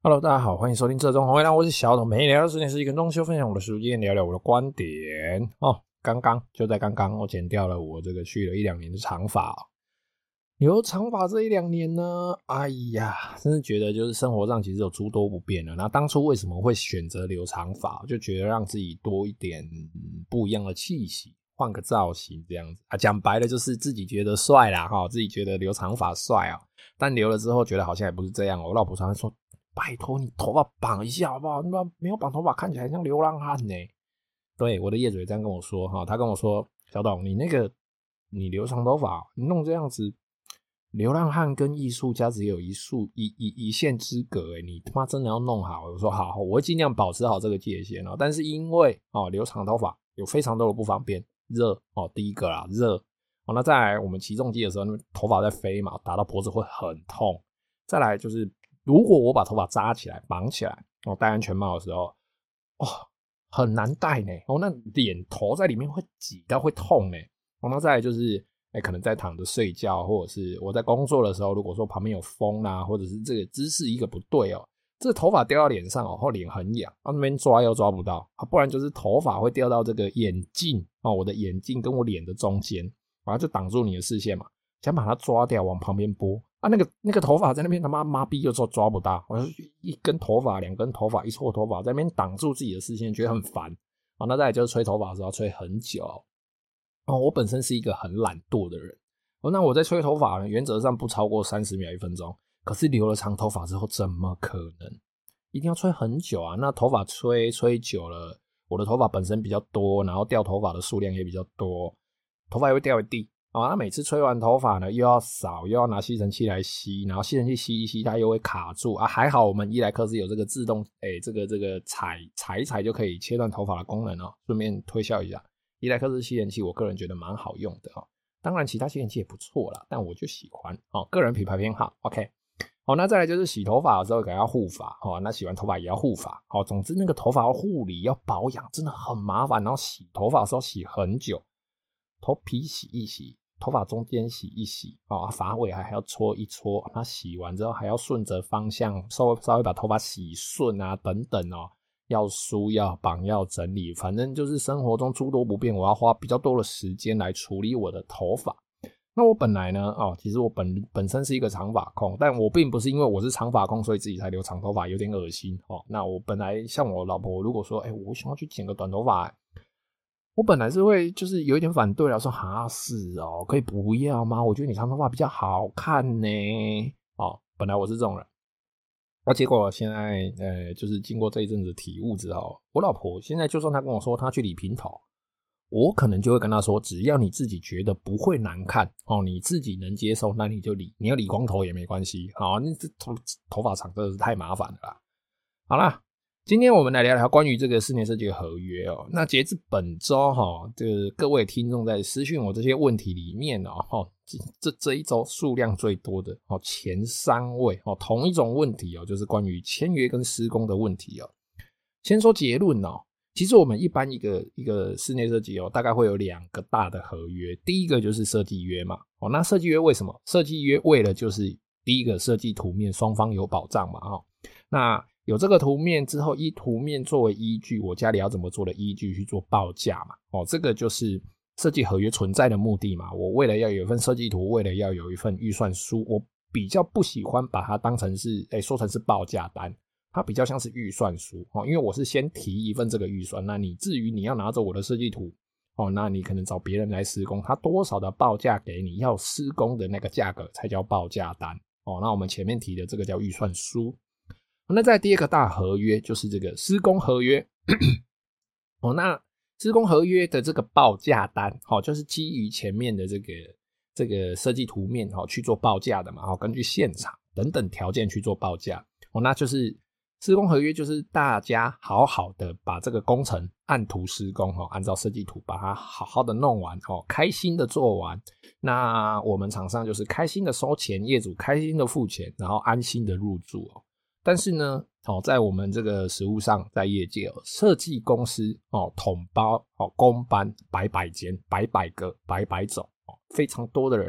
Hello，大家好，欢迎收听这中红微亮，我是小董，每天聊聊事情是一个中秋分享我的时间，聊聊我的观点哦。就在刚刚，我剪掉了我这个去了1-2年的长发留长发这1-2年呢，哎呀，真是觉得就是生活上其实有诸多不便了。那当初为什么会选择留长发？就觉得让自己多一点不一样的气息，换个造型这样子啊。讲白了就是自己觉得帅啦齁，自己觉得留长发帅啊。但留了之后觉得好像也不是这样哦。我老婆常常说，拜托你头发绑一下好不好？你没有绑头发看起来像流浪汉呢。对，我的业主也这样跟我说哈，他跟我说，小董，你留长头发，你弄这样子，流浪汉跟艺术家只有一线之隔你他妈真的要弄好。我说好，我会尽量保持好这个界限哦。但是因为留长头发有非常多的不方便，热第一个啦，热那再来我们骑重机的时候，那头发在飞嘛，打到脖子会很痛。再来就是如果我把头发扎起来绑起来戴安全帽的时候很难戴呢那脸头在里面会挤到会痛呢那再来就是可能在躺着睡觉，或者是我在工作的时候，如果说旁边有风啊，或者是这个姿势一个不对这个头发掉到脸上后脸很痒那边抓又抓不到不然就是头发会掉到这个眼镜我的眼镜跟我脸的中间然后就挡住你的视线嘛，想把它抓掉往旁边拨那个头发在那边他妈麻痹又抓不到，我就一根头发2根头发一撮头发在那边挡住自己的视线，觉得很烦那再来就是吹头发的时候吹很久我本身是一个很懒惰的人那我在吹头发呢，原则上不超过30秒1分钟，可是留了长头发之后怎么可能一定要吹很久啊？那头发吹久了，我的头发本身比较多，然后掉头发的数量也比较多，头发也会掉一地那每次吹完头发呢，又要扫，又要拿吸尘器来吸，然后吸尘器吸一吸，它又会卡住还好我们伊莱克斯有这个自动这个踩一踩就可以切断头发的功能顺便推销一下，伊莱克斯吸尘器我个人觉得蛮好用的当然其他吸尘器也不错啦，但我就喜欢个人品牌偏好 OK。那再来就是洗头发的时候给它护发那洗完头发也要护发总之那个头发要护理要保养真的很麻烦，然后洗头发的时候洗很久，头皮洗一洗，头发中间洗一洗发尾还要搓一搓，那洗完之后还要顺着方向稍微把头发洗顺等等要梳要绑要整理，反正就是生活中诸多不便，我要花比较多的时间来处理我的头发。那我本来呢其实我本身是一个长发控，但我并不是因为我是长发控所以自己才留长头发，有点恶心那我本来像我老婆如果说我想要去剪个短头发我本来是会就是有一点反对了，说是可以不要吗？我觉得你长头发比较好看呢本来我是这种人结果现在就是经过这一阵子体悟之后，我老婆现在就算她跟我说她去理平头，我可能就会跟她说，只要你自己觉得不会难看你自己能接受，那你就理，你要理光头也没关系你这头发长真的是太麻烦了啦。好啦，今天我们来聊聊关于这个室内设计的合约那截至本周这个各位听众在私讯我这些问题里面这一周数量最多的前3位同一种问题就是关于签约跟施工的问题先说结论其实我们一般一个室内设计大概会有2个大的合约，第一个就是设计约嘛那设计约为什么？设计约为了就是第一个设计图面双方有保障嘛那有这个图面之后，以图面作为依据，我家里要怎么做的依据去做报价嘛这个就是设计合约存在的目的嘛。我为了要有一份设计图，为了要有一份预算书，我比较不喜欢把它当成是说成是报价单，它比较像是预算书因为我是先提一份这个预算，那你至于你要拿着我的设计图那你可能找别人来施工，他多少的报价给你，要施工的那个价格才叫报价单那我们前面提的这个叫预算书。那在第二个大合约就是这个施工合约那施工合约的这个报价单就是基于前面的这个设计图面去做报价的嘛根据现场等等条件去做报价那就是施工合约就是大家好好的把这个工程按图施工按照设计图把它好好的弄完开心的做完，那我们厂商就是开心的收钱，业主开心的付钱，然后安心的入住但是呢在我们这个实务上，在业界设计公司统包工班百间百个百种非常多的人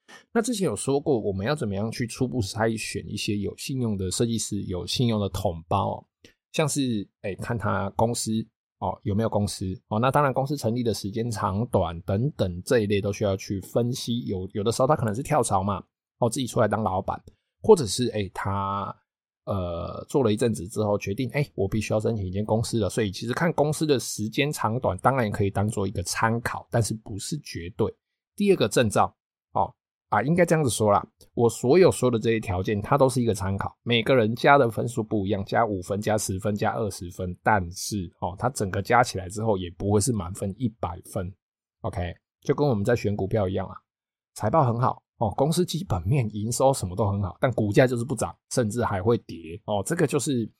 那之前有说过，我们要怎么样去初步筛选一些有信用的设计师、有信用的统包哦，像是看他公司有没有公司那当然公司成立的时间长短等等这一类都需要去分析。有的时候他可能是跳槽嘛自己出来当老板，或者是他做了一阵子之后决定我必须要申请一间公司了，所以其实看公司的时间长短当然也可以当做一个参考，但是不是绝对。第二个证照应该这样子说啦，我所有说的这些条件它都是一个参考，每个人加的分数不一样，加5分加10分加20分，但是它整个加起来之后也不会是满分100分 OK， 就跟我们在选股票一样财报很好公司基本面营收什么都很好，但股价就是不涨，甚至还会跌这个就是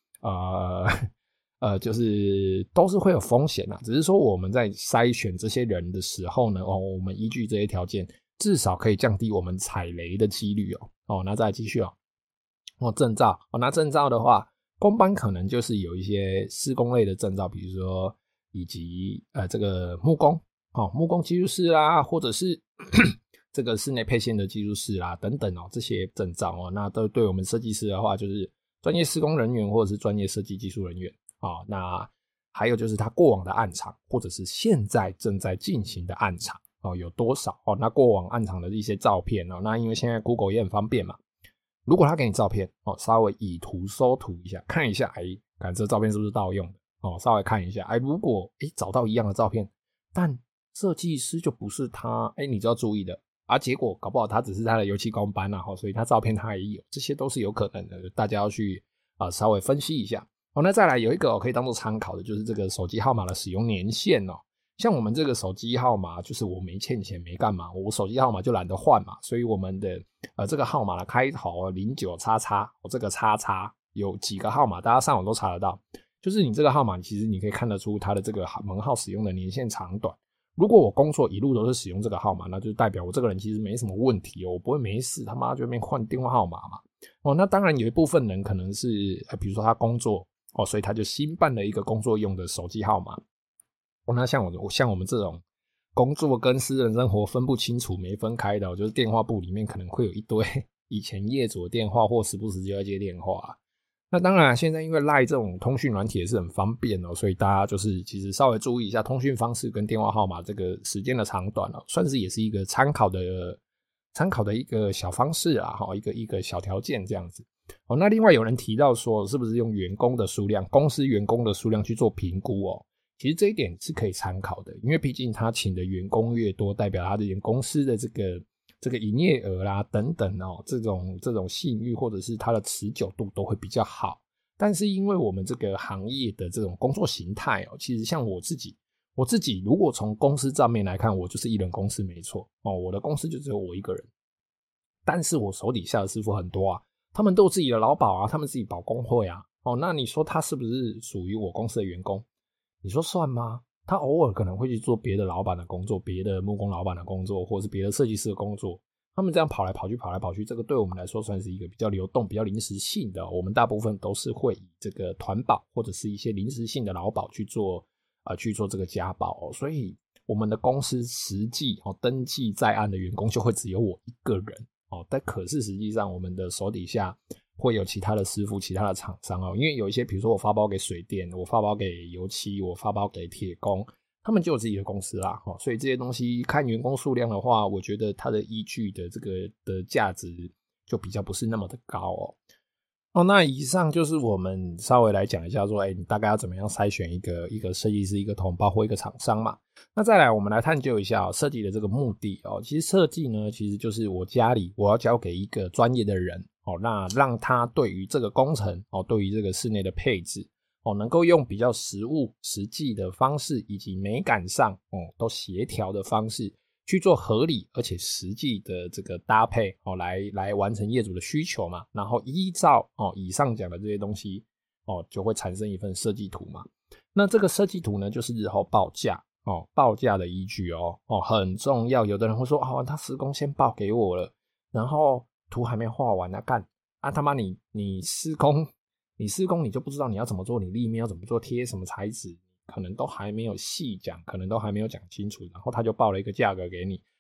就是都是会有风险只是说我们在筛选这些人的时候呢我们依据这些条件至少可以降低我们踩雷的几率那再来继续证照那证照的话，公班可能就是有一些施工类的证照，比如说以及这个木工木工技术师啦，或者是这个室内配线的技术师啦等等这些证照那都对我们设计师的话就是专业施工人员或者是专业设计技术人员那还有就是他过往的案场或者是现在正在进行的案场有多少那过往案场的一些照片那因为现在 Google 也很方便嘛，如果他给你照片稍微以图搜图一下看一下看这照片是不是盗用的稍微看一下如果找到一样的照片，但设计师就不是他你就要注意的结果搞不好他只是他的油漆工班所以他照片他也有，这些都是有可能的，大家要去稍微分析一下那再来有一个可以当做参考的就是这个手机号码的使用年限像我们这个手机号码就是我没欠钱没干嘛，我手机号码就懒得换嘛，所以我们的这个号码的开头09XX这个叉叉有几个号码大家上网都查得到，就是你这个号码其实你可以看得出它的这个门号使用的年限长短。如果我工作一路都是使用这个号码，那就代表我这个人其实没什么问题我不会没事他妈就那边换电话号码嘛那当然有一部分人可能是比如说他工作所以他就新办了一个工作用的手机号码那像我们这种工作跟私人生活分不清楚没分开的就是电话簿里面可能会有一堆以前业主的电话或时不时就要接电话那当然现在因为 LINE 这种通讯软体也是很方便所以大家就是其实稍微注意一下通讯方式跟电话号码这个时间的长短算是也是一个参考的一个小方式一个小条件这样子那另外有人提到说是不是用员工的数量公司员工的数量去做评估其实这一点是可以参考的，因为毕竟他请的员工越多，代表他的公司的这个营业额啦等等这种信誉或者是它的持久度都会比较好。但是因为我们这个行业的这种工作形态其实像我自己如果从公司账面来看，我就是一人公司没错我的公司就只有我一个人，但是我手底下的师傅很多他们都有自己的劳保他们自己保工会那你说他是不是属于我公司的员工？你说算吗？他偶尔可能会去做别的老板的工作，别的木工老板的工作，或者是别的设计师的工作，他们这样跑来跑去，这个对我们来说算是一个比较流动比较临时性的我们大部分都是会以这个团保或者是一些临时性的劳保去做这个加保所以我们的公司实际登记在案的员工就会只有我一个人但可是实际上我们的手底下会有其他的师傅其他的厂商因为有一些比如说我发包给水电，我发包给油漆，我发包给铁工，他们就有自己的公司啦所以这些东西看员工数量的话，我觉得它的依据的这个的价值就比较不是那么的高那以上就是我们稍微来讲一下说你大概要怎么样筛选一个设计师一个统包或一个厂商嘛。那再来我们来探究一下设计的这个目的其实设计呢其实就是我家里我要交给一个专业的人那让他对于这个工程对于这个室内的配置能够用比较实务实际的方式以及美感上都协调的方式去做合理而且实际的这个搭配来完成业主的需求嘛，然后依照以上讲的这些东西就会产生一份设计图嘛。那这个设计图呢就是日后报价报价的依据很重要。有的人会说他施工先报给我了，然后图还没画完干他妈你施工你就不知道你要怎么做，你立面要怎么做，贴什么材质可能都还没有细讲，可能都还没有讲清楚，然后他就报了一个价格给你，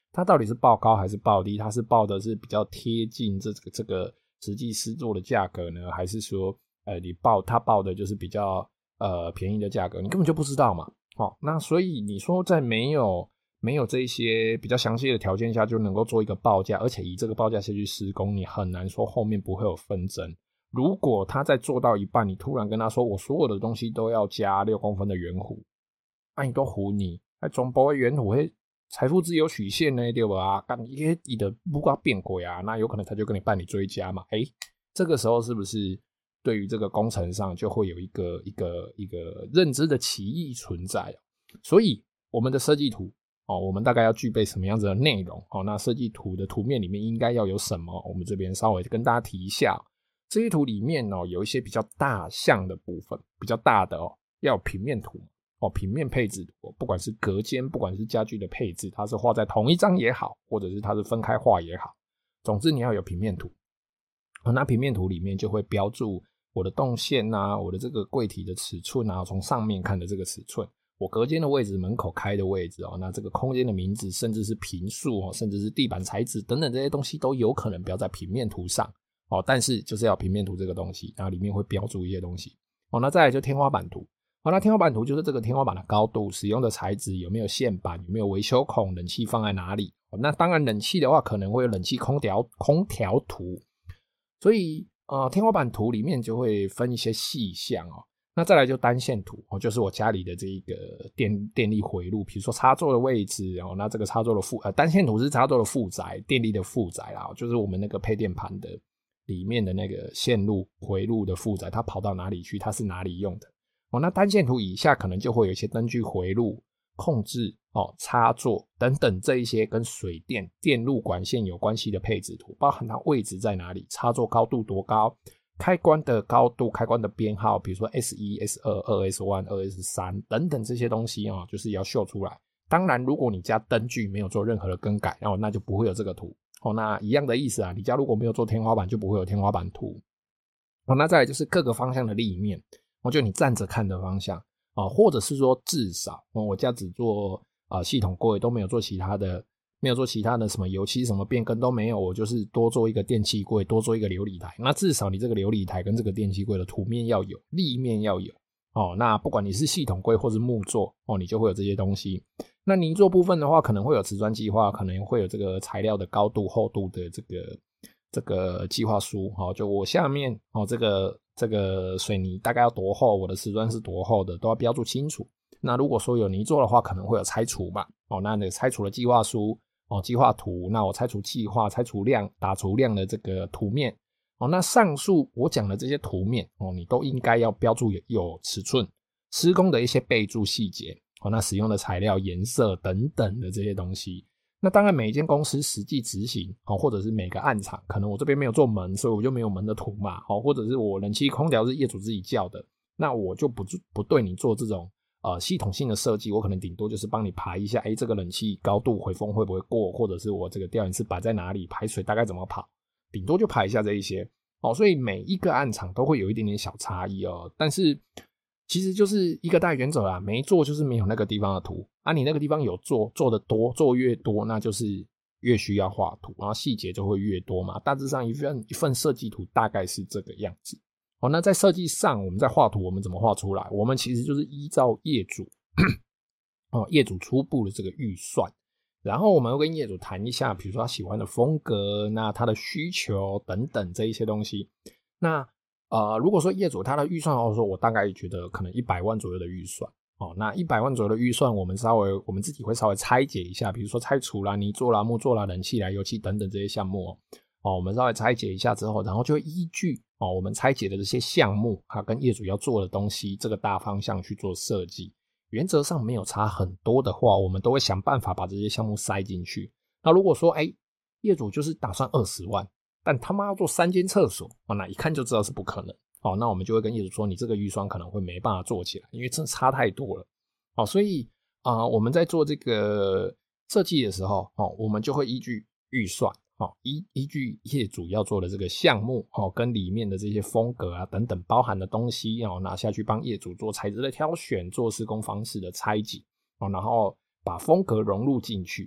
它到底是报高还是报低？它是报的是比较贴近这个实际施作的价格呢，还是说它报的就是比较便宜的价格？你根本就不知道嘛。那所以你说在没有这些比较详细的条件下就能够做一个报价，而且以这个报价下去施工，你很难说后面不会有纷争。如果他在做到一半，你突然跟他说我所有的东西都要加6公分的圆弧，你都唬你，总不会圆弧会财富自由曲线呢，对吧？你的不要变轨啊，那有可能他就跟你办理追加嘛。这个时候是不是对于这个工程上就会有一个认知的歧义存在？所以我们的设计图我们大概要具备什么样子的内容？那设计图的图面里面应该要有什么？我们这边稍微跟大家提一下。这些图里面有一些比较大项的部分，比较大的要有平面图平面配置图，不管是隔间，不管是家具的配置，它是画在同一张也好，或者是它是分开画也好，总之你要有平面图。那平面图里面就会标注我的动线啊，我的这个柜体的尺寸啊，从上面看的这个尺寸，我隔间的位置，门口开的位置那这个空间的名字，甚至是坪数甚至是地板材质等等这些东西都有可能标在平面图上但是就是要平面图这个东西，然后里面会标注一些东西那再来就天花板图那天花板图就是这个天花板的高度，使用的材质，有没有线板，有没有维修孔，冷气放在哪里那当然冷气的话可能会有冷气空调图，所以天花板图里面就会分一些细项那再来就单线图就是我家里的这一个电力回路，比如说插座的位置那这个插座的单线图是插座的负载，电力的负载啦，就是我们那个配电盘的里面的那个线路回路的负载，它跑到哪里去，它是哪里用的那单线图以下可能就会有一些灯具回路控制插座等等这一些跟水电电路管线有关系的配置图，包含它位置在哪里，插座高度多高，开关的高度，开关的编号，比如说 S1 S2 2S1 2S3 等等这些东西就是要秀出来。当然如果你家灯具没有做任何的更改那就不会有这个图那一样的意思你家如果没有做天花板就不会有天花板图那再来就是各个方向的立面就你站着看的方向或者是说至少我家只做系统柜，都没有做其他的什么油漆什么变更都没有，我就是多做一个电器柜，多做一个流理台，那至少你这个流理台跟这个电器柜的图面要有，立面要有那不管你是系统柜或是木座你就会有这些东西。那泥作部分的话可能会有瓷砖计划，可能会有这个材料的高度厚度的这个计划书就我下面这个水泥大概要多厚，我的瓷砖是多厚的，都要标注清楚。那如果说有泥作的话可能会有拆除嘛那你拆除的计划书计划图，那我拆除计划，拆除量，打除量的这个图面那上述我讲的这些图面你都应该要标注有尺寸，施工的一些备注细节那使用的材料、颜色等等的这些东西。那当然每一间公司实际执行或者是每个案场，可能我这边没有做门，所以我就没有门的图嘛或者是我冷气空调是业主自己叫的，那我就不对你做这种系统性的设计，我可能顶多就是帮你排一下这个冷气高度回风会不会过，或者是我这个吊顶是摆在哪里，排水大概怎么跑，顶多就排一下这一些所以每一个案场都会有一点点小差异但是其实就是一个大原则啦，没做就是没有那个地方的图你那个地方有做的多，做越多那就是越需要画图，然后细节就会越多嘛。大致上一份设计图大概是这个样子那在设计上我们在画图我们怎么画出来，我们其实就是依照业主业主初步的这个预算，然后我们会跟业主谈一下比如说他喜欢的风格，那他的需求等等这一些东西。那如果说业主他的预算说我大概觉得可能100万左右的预算那100万左右的预算我们自己会稍微拆解一下，比如说拆除啦、泥作啦、木作啦、冷气啦、油漆等等这些项目我们稍微拆解一下之后，然后就会依据我们拆解的这些项目跟业主要做的东西这个大方向去做设计。原则上没有差很多的话，我们都会想办法把这些项目塞进去。那如果说业主就是打算20万，但他妈要做3间厕所那一看就知道是不可能那我们就会跟业主说你这个预算可能会没办法做起来，因为真的差太多了所以我们在做这个设计的时候我们就会依据预算依据业主要做的这个项目跟里面的这些风格啊等等包含的东西拿下去帮业主做材质的挑选，做施工方式的拆解然后把风格融入进去，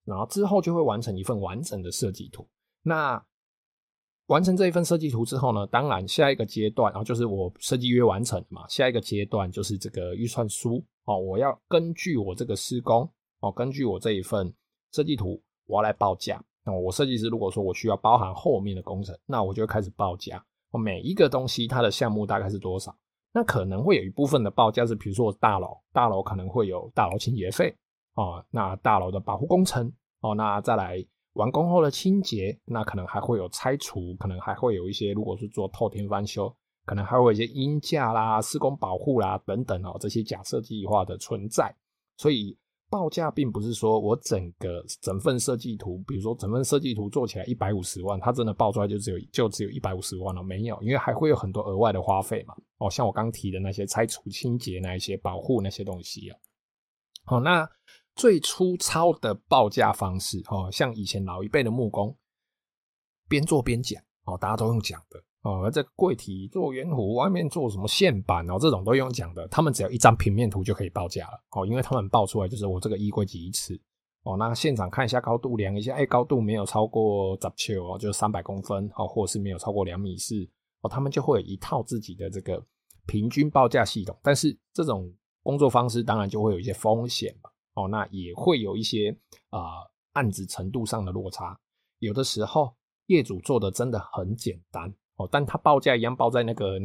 然后之后就会完成一份完整的设计图。那完成这一份设计图之后呢，当然下一个阶段就是我设计约完成嘛，下一个阶段就是这个预算书我要根据我这个施工根据我这一份设计图，我要来报价。我设计师如果说我需要包含后面的工程，那我就会开始报价。每一个东西它的项目大概是多少？那可能会有一部分的报价是，比如说大楼可能会有大楼清洁费那大楼的保护工程那再来完工后的清洁，那可能还会有拆除，可能还会有一些，如果是做透天翻修，可能还会有一些阴架啦、施工保护啦等等这些假设计划的存在。所以报价并不是说我整份设计图，比如说整份设计图做起来150万，它真的报出来就只有150万没有，因为还会有很多额外的花费嘛像我刚提的那些拆除、清洁那一些保护那些东西那最粗糙的报价方式像以前老一辈的木工边做边讲大家都用讲的这个柜体做圆弧，外面做什么线板这种都用讲的，他们只要一张平面图就可以报价了因为他们报出来就是我这个衣柜几尺那现场看一下高度，量一下高度没有超过10尺就是300公分或者是没有超过2.4米他们就会有一套自己的这个平均报价系统。但是这种工作方式当然就会有一些风险嘛那也会有一些案子程度上的落差。有的时候业主做的真的很简单但他报价一样报在那个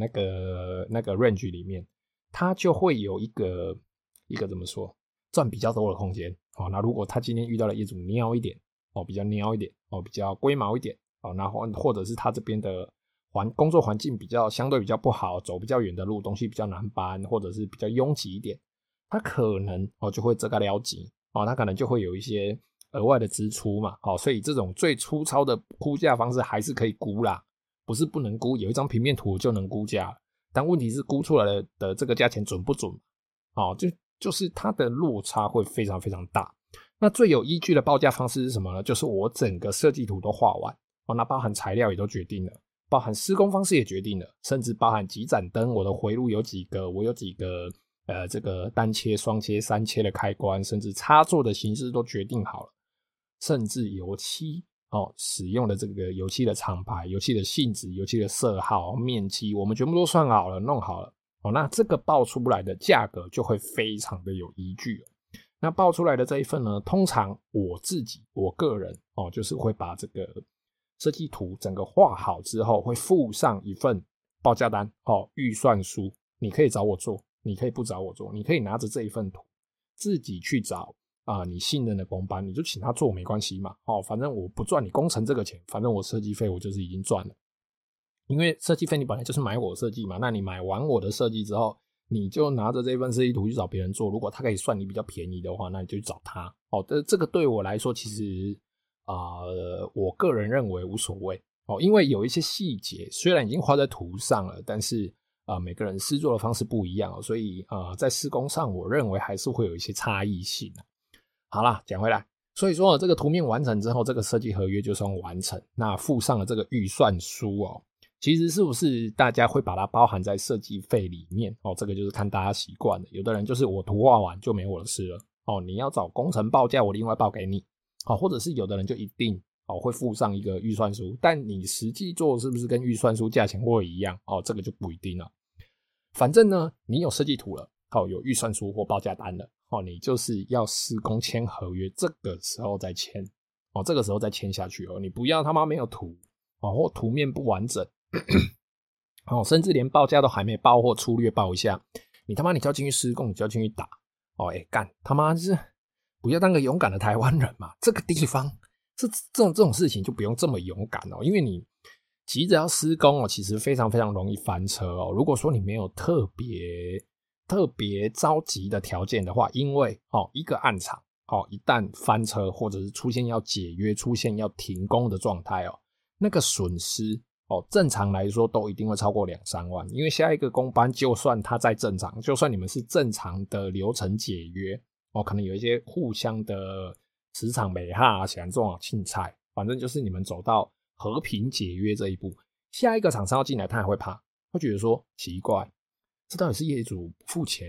range 里面，他就会有一个怎么说，赚比较多的空间那如果他今天遇到了业主喵一点比较喵一点比较龟毛一点然后或者是他这边的工作环境相对比较不好，走比较远的路，东西比较难搬，或者是比较拥挤一点，他可能就会这个了解他可能就会有一些额外的支出嘛所以这种最粗糙的估价方式还是可以估啦，不是不能估，有一张平面图就能估价，但问题是估出来的这个价钱准不准就是它的落差会非常非常大。那最有依据的报价方式是什么呢？就是我整个设计图都画完那包含材料也都决定了，包含施工方式也决定了，甚至包含几盏灯，我的回路有几个，我有几个这个单切、双切、3切的开关，甚至插座的形式都决定好了，甚至油漆使用的这个油漆的厂牌、油漆的性质、油漆的色号、面积，我们全部都算好了，弄好了那这个报出来的价格就会非常的有依据那报出来的这一份呢，通常我个人就是会把这个设计图整个画好之后，会附上一份报价单预算书，你可以找我做，你可以不找我做，你可以拿着这一份图自己去找你信任的工班，你就请他做没关系嘛反正我不赚你工程这个钱，反正我设计费我就是已经赚了。因为设计费你本来就是买我设计嘛，那你买完我的设计之后，你就拿着这份设计图去找别人做，如果他可以算你比较便宜的话，那你就去找他这个对我来说其实我个人认为无所谓因为有一些细节虽然已经画在图上了，但是每个人施作的方式不一样所以在施工上我认为还是会有一些差异性好啦，讲回来，所以说这个图面完成之后，这个设计合约就算完成，那附上了这个预算书其实是不是大家会把它包含在设计费里面这个就是看大家习惯了。有的人就是我图画完就没我的事了你要找工程报价我另外报给你或者是有的人就一定会附上一个预算书，但你实际做是不是跟预算书价钱会一样这个就不一定了。反正呢你有设计图了有预算书或报价单了你就是要施工签合约，这个时候再签这个时候再签下去你不要他妈没有图或图面不完整甚至连报价都还没报或粗略报一下，你他妈你就要进去施工，你就要进去打干他妈就是不要当个勇敢的台湾人嘛，这个地方这种事情就不用这么勇敢因为你急着要施工其实非常非常容易翻车如果说你没有特别着急的条件的话，因为一个案场一旦翻车或者是出现要解约、出现要停工的状态那个损失正常来说都一定会超过2-3万，因为下一个工班就算他再正常，就算你们是正常的流程解约可能有一些互相的磁场美哈想这种庆菜，反正就是你们走到和平解约这一步，下一个厂商要进来他还会怕，会觉得说奇怪，这到底是业主不付钱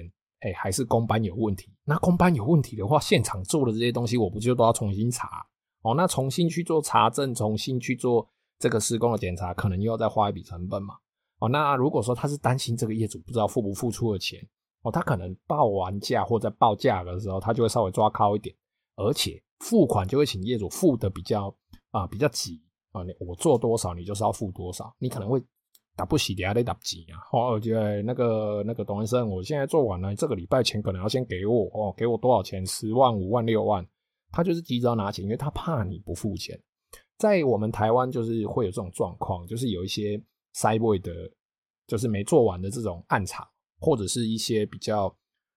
还是工班有问题。那工班有问题的话，现场做的这些东西我不就都要重新查那重新去做查证，重新去做这个施工的检查，可能又要再花一笔成本嘛那如果说他是担心这个业主不知道付不付出的钱他可能报完价或者报价的时候，他就会稍微抓高一点，而且付款就会请业主付的比较急我做多少你就是要付多少，你可能会打不起底下得打急我觉得那个董先生，我现在做完了，这个礼拜钱可能要先给我给我多少钱，10万、5万、6万，他就是急着要拿钱，因为他怕你不付钱。在我们台湾就是会有这种状况，就是有一些塞位的，就是没做完的这种案场，或者是一些比较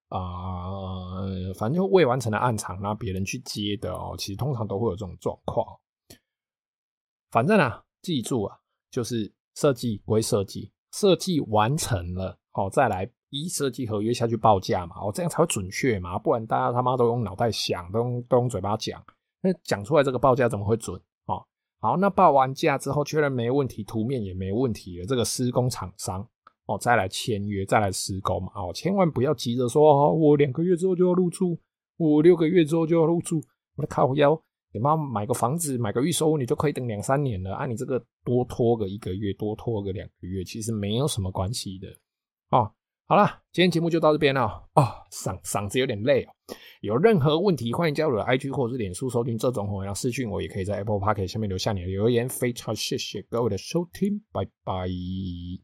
反正就未完成的案场，那别人去接的其实通常都会有这种状况。反正记住就是设计归设计，设计完成了再来依设计合约下去报价嘛这样才会准确嘛，不然大家他妈都用脑袋想，都用嘴巴讲，那讲出来这个报价怎么会准好，那报完价之后确认没问题，图面也没问题了，这个施工厂商再来签约，再来施工嘛千万不要急着说我2个月之后就要入住，我6个月之后就要入住，我的靠腰，你妈买个房子买个预售屋你就可以等2-3年了你这个多拖个1个月多拖个2个月其实没有什么关系的好啦，今天节目就到这边了嗓子有点累有任何问题欢迎加入我的 IG 或者是脸书收听这种私讯我，也可以在 Apple Podcast 下面留下你的留言，非常谢谢各位的收听，拜拜。